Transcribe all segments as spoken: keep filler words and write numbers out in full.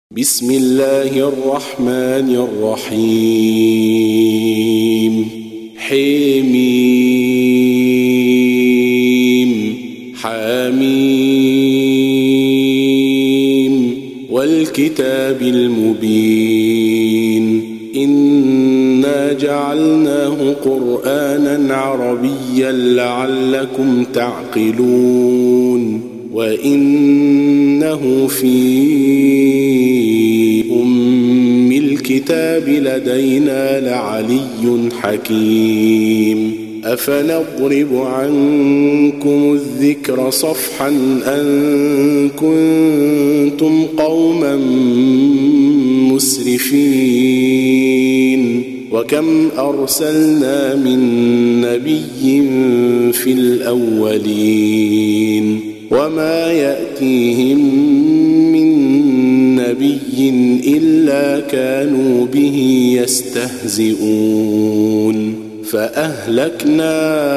بسم الله الرحمن الرحيم حميم حميم والكتاب المبين إنا جعلناه قرآنا عربيا لعلكم تعقلون وإنه في أم الكتاب لدينا لعلي حكيم أفنضرب عنكم الذكر صفحا أن كنتم قوما مسرفين وكم أرسلنا من نبي في الأولين وما يأتيهم من نبي إلا كانوا به يستهزئون فأهلكنا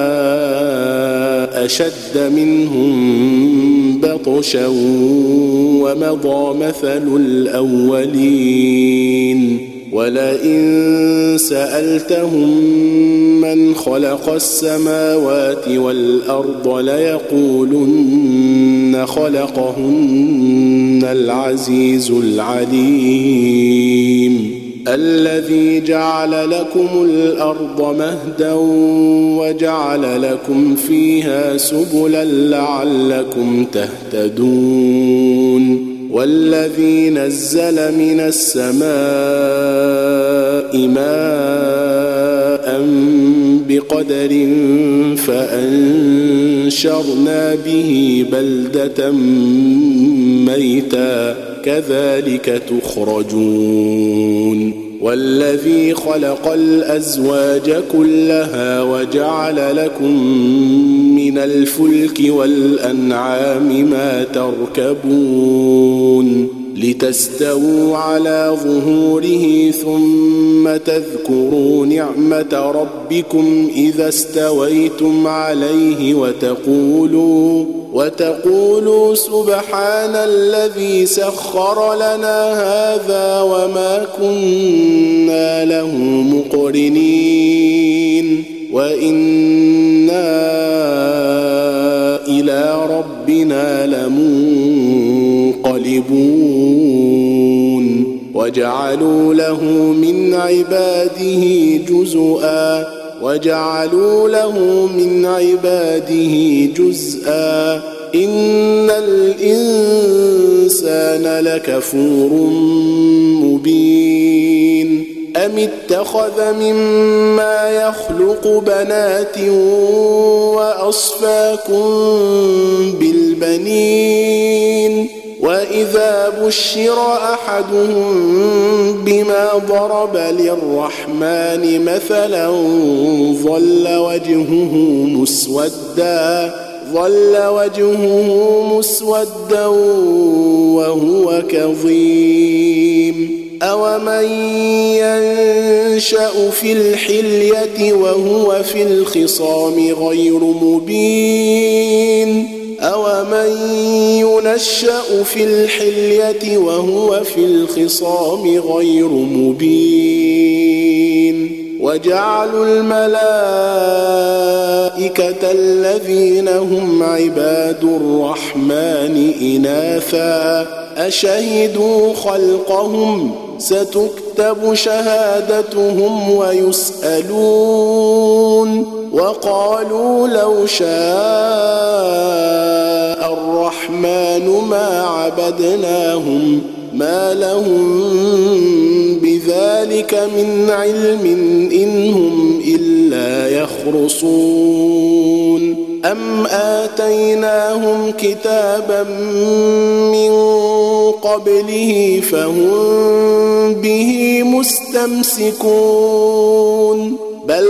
أشد منهم بطشا ومضى مثل الأولين ولئن سألتهم من خلق السماوات والأرض ليقولن خلقهن العزيز العليم الذي جعل لكم الأرض مهدا وجعل لكم فيها سبلا لعلكم تهتدون والذي نزل من السماء ماء بقدر فأنشرنا به بلدة ميتا كذلك تخرجون والذي خلق الأزواج كلها وجعل لكم من الفلك والأنعام ما تركبون لتستووا على ظهوره ثم تذكروا نعمة ربكم إذا استويتم عليه وتقولوا وتقولوا سبحان الذي سخر لنا هذا وما كنا له مقرنين وإنا إلى ربنا لمنقلبون وجعلوا له من عباده جزءا وجعلوا له من عباده جزءا إن الإنسان لكفور مبين أم اتخذ مما يخلق بنات وأصفاكم بالبنين وإذا بشر أحدهم بما ضرب للرحمن مثلا ظل وجهه مسودا ظل وجهه مسودا وهو كظيم أومن ينشأ في الحلية وهو في الخصام غير مبين أومن ينشأ في الحلية وهو في الخصام غير مبين وجعلوا الملائكة الذين هم عباد الرحمن إناثا أشهدوا خلقهم ستكتب شهادتهم ويسألون وقالوا لو شاء الرحمن ما عبدناهم ما لهم بذلك من علم إن هم إلا يخرصون أم آتيناهم كتابا من قبله فهم به مستمسكون بل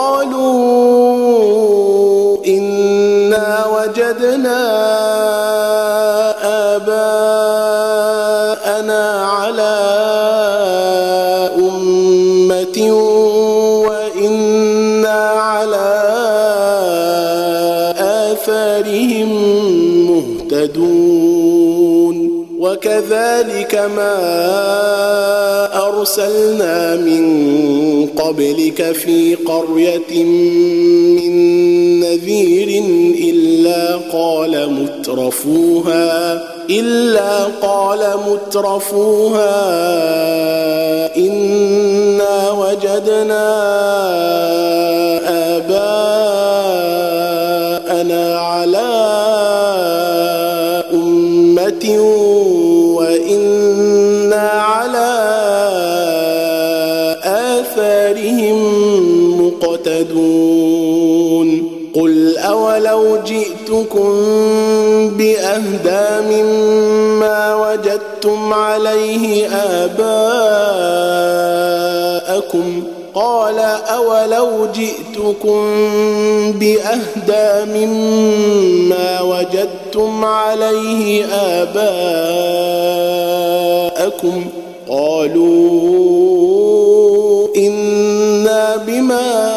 قالوا إنا وجدنا آباءنا على أمة وإنا على آثارهم مهتدون وكذلك وكذلك ما أرسلنا من قبلك في قرية من نذير إلا قال مترفوها إلا قال مترفوها إنا وجدنا آباءنا على أمة وإنا على آثارهم مقتدون قل أولو جئتكم بأهدى مما وجدتم عليه آباءكم قال أولو جئتكم بأهدى مما وجدتم عليه آباءكم قالوا إنا بما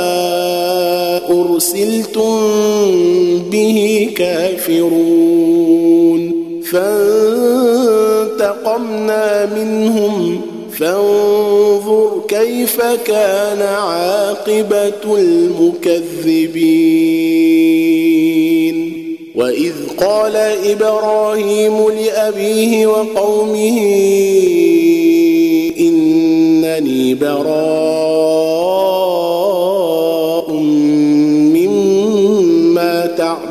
أرسلتم به كافرون فانتقمنا منهم فانظر كيف كان عاقبة المكذبين وإذ قال إبراهيم لأبيه وقومه إنني براء مما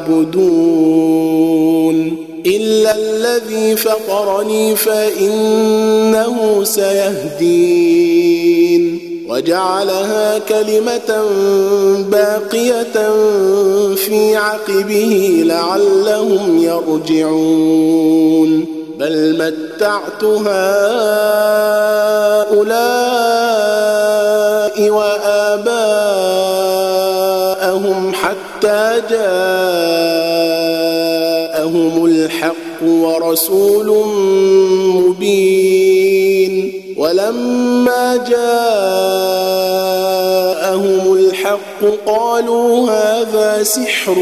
تعبدون إلا الذي فطرني فإنه سيهدين وجعلها كلمة باقية في عقبه لعلهم يرجعون بل متعت هؤلاء وآباءهم حتى جاءهم الحق ورسول مبين ولما جاءهم الحق قالوا هذا سحر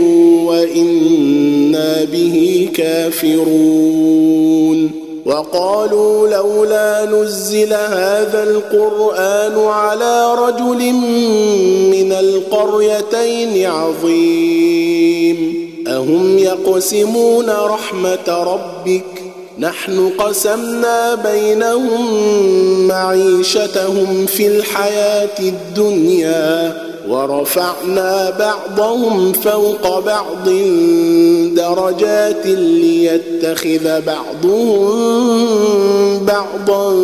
وإنا به كافرون وقالوا لولا نزل هذا القرآن على رجل من القريتين عظيم أهم يقسمون رحمة ربك نحن قسمنا بينهم معيشتهم في الحياة الدنيا ورفعنا بعضهم فوق بعض درجات ليتخذ بعضهم بعضا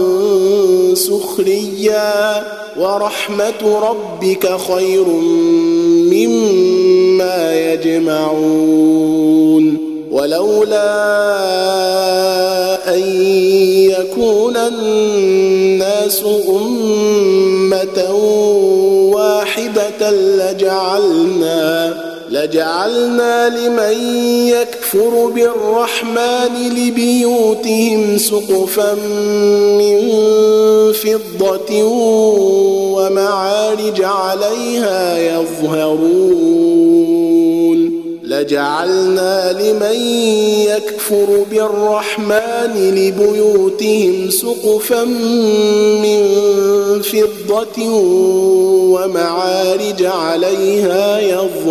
سخريا ورحمة ربك خير مما يجمعون ولولا أن يكون الناس أمة واحدة لجعلنا لجعلنا لمن يكفر بالرحمن لبيوتهم سقفا من فضة ومعارج عليها يظهرون لجعلنا لمن يكفر بالرحمن لبيوتهم سقفا من فضة ومعارج عليها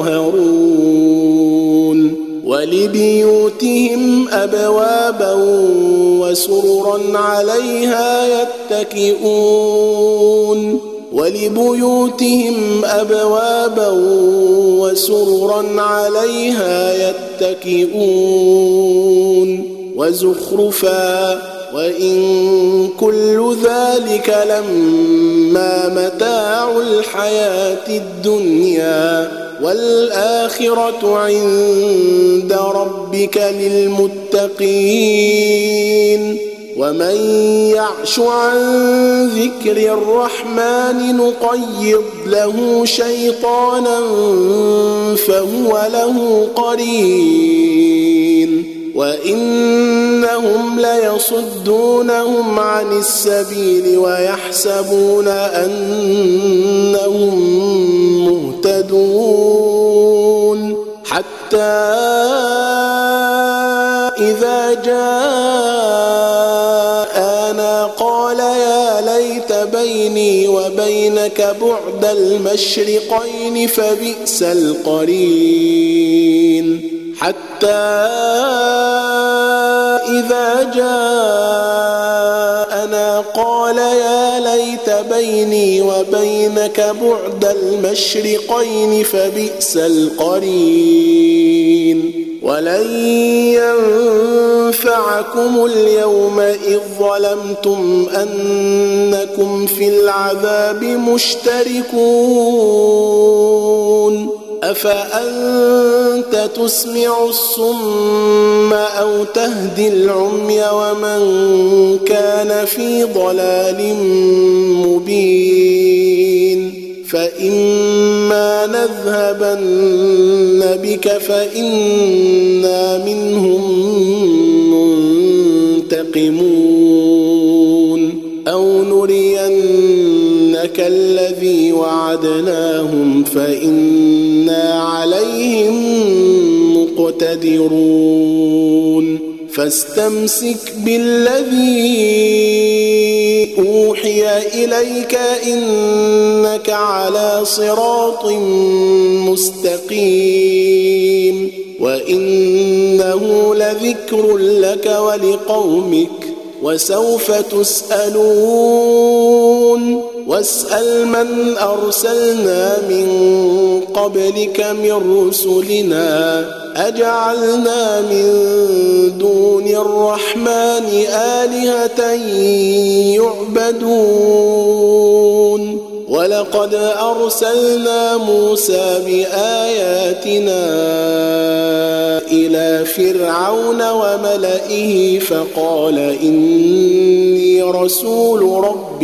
يظهرون ولبيوتهم أبوابا وسررا عليها يتكئون ولبيوتهم أبوابا وسررا عليها يتكئون وزخرفا وإن كل ذلك لما متاع الحياة الدنيا والآخرة عند ربك للمتقين ومن يعش عن ذكر الرحمن نقيض له شيطانا فهو له قرين وإنهم ليصدونهم عن السبيل ويحسبون أنهم مهتدون حتى إذا جاءوا جاءنا قال يا ليت بيني وبينك بعد المشرقين فبئس القرين حتى إذا جاءنا قال يا ليت بيني وبينك بعد المشرقين فبئس القرين ولن ينفعكم اليوم إذ ظلمتم أنكم في العذاب مشتركون أفأنت تسمع الصم أو تهدي العمي ومن كان في ضلال مبين فإما نذهبن بك فإنا منهم منتقمون أو نرينك الذي وعدناهم فإنا عليهم مقتدرون فاستمسك بالذي أوحي إليك إنك على صراط مستقيم وإنه لذكر لك ولقومك وسوف تسألون واسأل من أرسلنا من قبلك من رسلنا أجعلنا من دون الرحمن آلهة يعبدون ولقد أرسلنا موسى بآياتنا إلى فرعون وملئه فقال إني رسول رب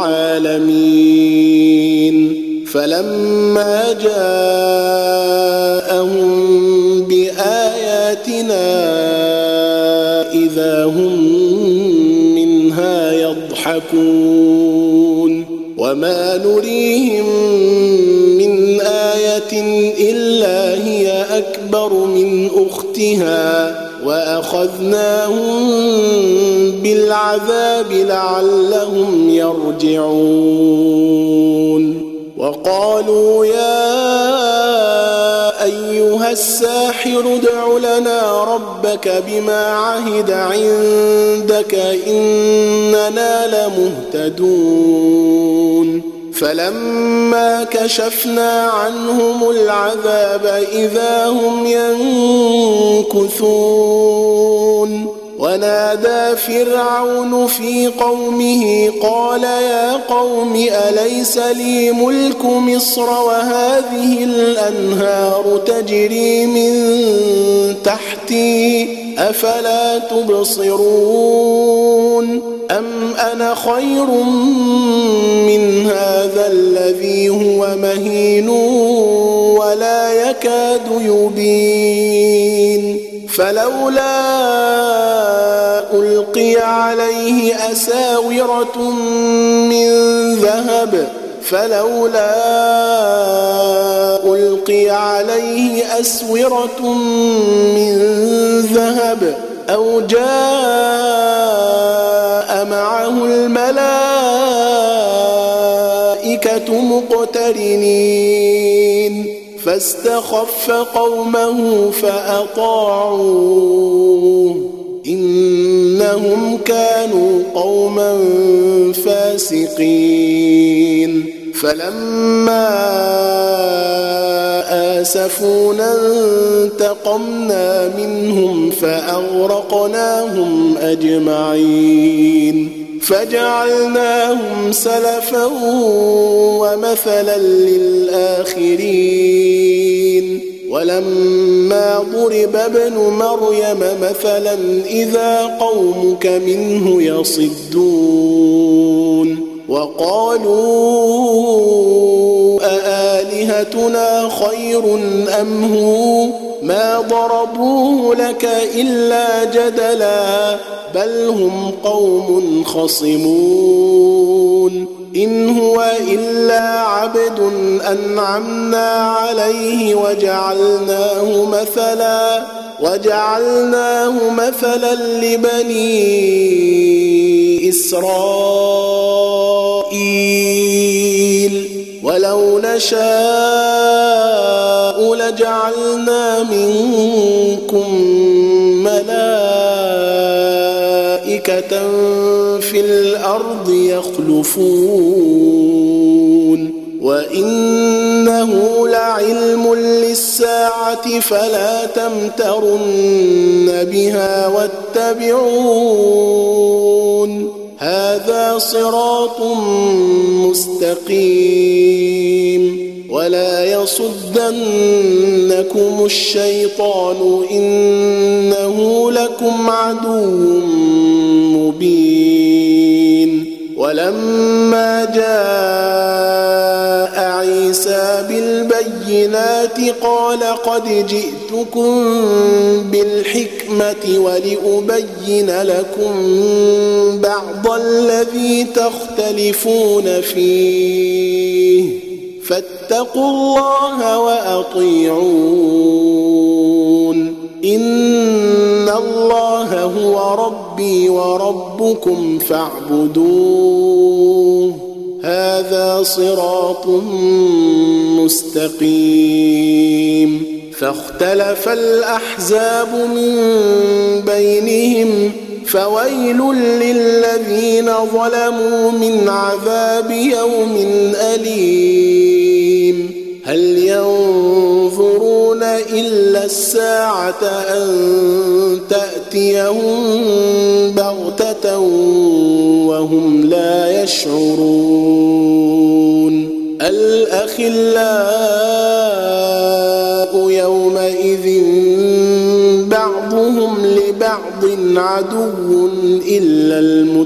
العالمين فلما جاءهم بآياتنا إذا هم منها يضحكون وما نريهم من آية إلا هي أكبر من أختها وأخذناهم بالعذاب لعلهم يرجعون وقالوا يا أيها الساحر ادع لنا ربك بما عهد عندك إننا لمهتدون فلما كشفنا عنهم العذاب إذا هم ينكثون ونادى فرعون في قومه قال يا قوم أليس لي ملك مصر وهذه الأنهار تجري من تحتي أفلا تبصرون أم أنا خير من هذا الذي هو مهين ولا يكاد يبين فلولا ألقي عليه أساورة من ذهب فلولا ألقي عليه أسورة من ذهب أو جاء معه الملائكة مقترنين فاستخف قومه فأطاعوه إنهم كانوا قوما فاسقين فلما آسفونا انتقمنا منهم فأغرقناهم أجمعين فجعلناهم سلفا ومثلا للآخرين ولما ضرب ابن مريم مثلا إذا قومك منه يصدون وقالوا أآلهتنا خير أم هو ما ضربوه لك إلا جدلا بل هم قوم خصمون إن هو إلا عبد أنعمنا عليه وجعلناه مثلا وجعلناه مثلا لبني إسرائيل ولو نشاء لجعلنا منكم ملائكة في الأرض يخلفون وإنه لعلم للساعة فلا تمترن بها واتبعون هذا صراط مستقيم ولا يصدنكم الشيطان إنه لكم عدو مبين ولما جاء عيسى بالبينات قال قد جئتكم بالحكمة ولأبين لكم بعض الذي تختلفون فيه فاتقوا الله وأطيعون إن الله هو ربي وربكم فاعبدوه هذا صراط مستقيم فاختلف الأحزاب من بينهم فويل للذين ظلموا من عذاب يوم أليم هل ينظرون إلا الساعة أن تأتيهم بغتة وهم لا يشعرون الأخلاء يومئذ بعضهم لبعض عدو إلا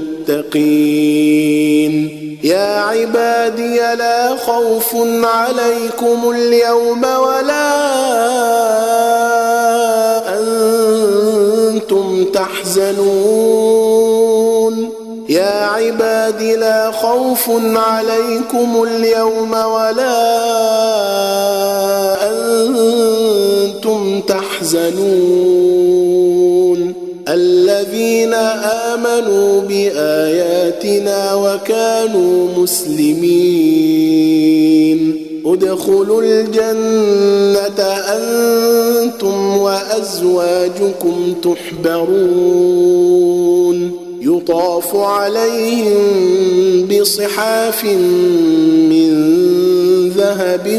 المتقين يا عبادي لا خوف عليكم اليوم ولا أنتم تحزنون يا عبادي لا خوف عليكم اليوم ولا أنتم تحزنون الذين آمنوا بآياتنا وكانوا مسلمين ادخلوا الجنة أنتم وأزواجكم تحبرون يطاف عليهم بصحاف من ذهب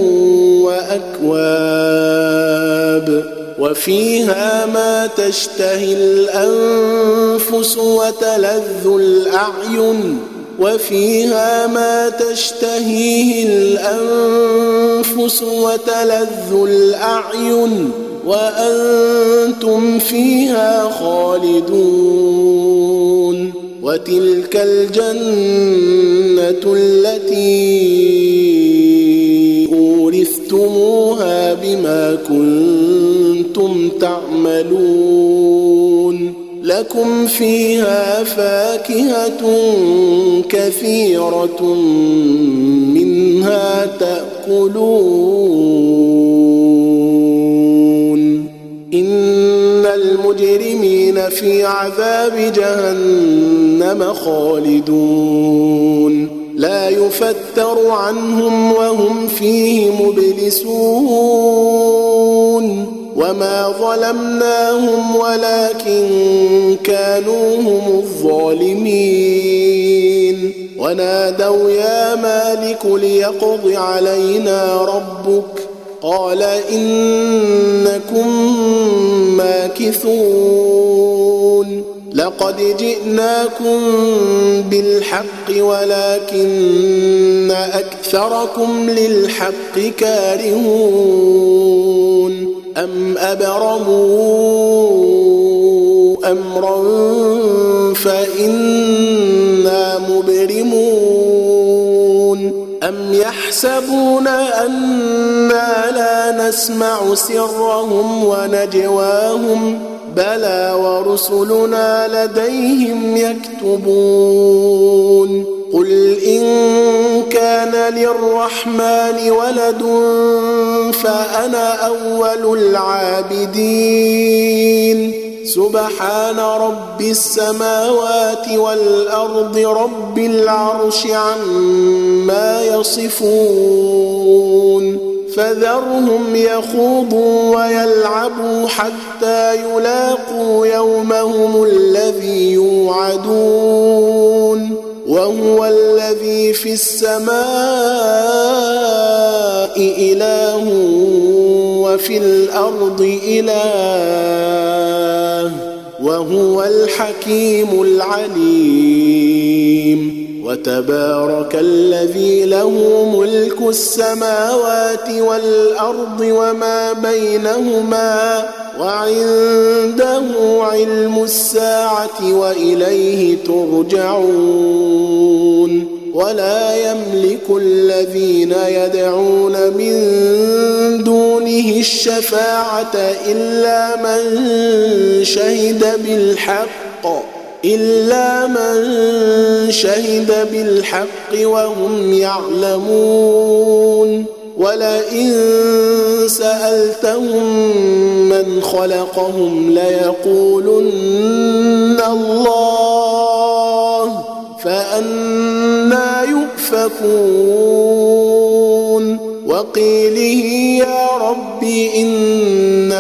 وأكواب وفيها ما تشتهي الأنفس وتلذ الأعين وفيها ما تشتهيه الأنفس وتلذ الأعين وأنتم فيها خالدون وتلك الجنة التي أورثتموها بما كنتم تعملون لكم فيها فاكهة كثيرة منها تأكلون إن المجرمين في عذاب جهنم خالدون لا يفتر عنهم وهم فيه مبلسون وما ظلمناهم ولكن كانوا هم الظالمين ونادوا يا مالك ليقض علينا ربك قال إنكم ماكثون لقد جئناكم بالحق ولكن أكثركم للحق كارهون أم أبرموا أمرا فإنا مبرمون أم يحسبون أنا لا نسمع سرهم ونجواهم بلى ورسلنا لديهم يكتبون قل إن كان للرحمن ولد فأنا أول العابدين سبحان رب السماوات والأرض رب العرش عما يصفون فذرهم يخوضوا ويلعبوا حتى يلاقوا يومهم الذي يوعدون وهو الذي في السماء إله وفي الأرض إله وهو الحكيم العليم وتبارك الذي له ملك السماوات والأرض وما بينهما وعنده علم الساعة وإليه ترجعون ولا يملك الذين يدعون من دونه الشفاعة إلا من شهد بالحق إلا من شهد بالحق وهم يعلمون ولئن سألتهم من خلقهم ليقولن الله فأنى يؤفكون وقيله يا رب إن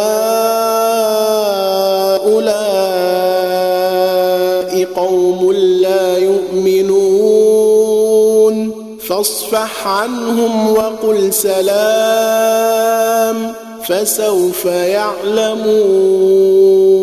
هؤلاء قوم لا يؤمنون فاصفح عنهم وقل سلام فسوف يعلمون.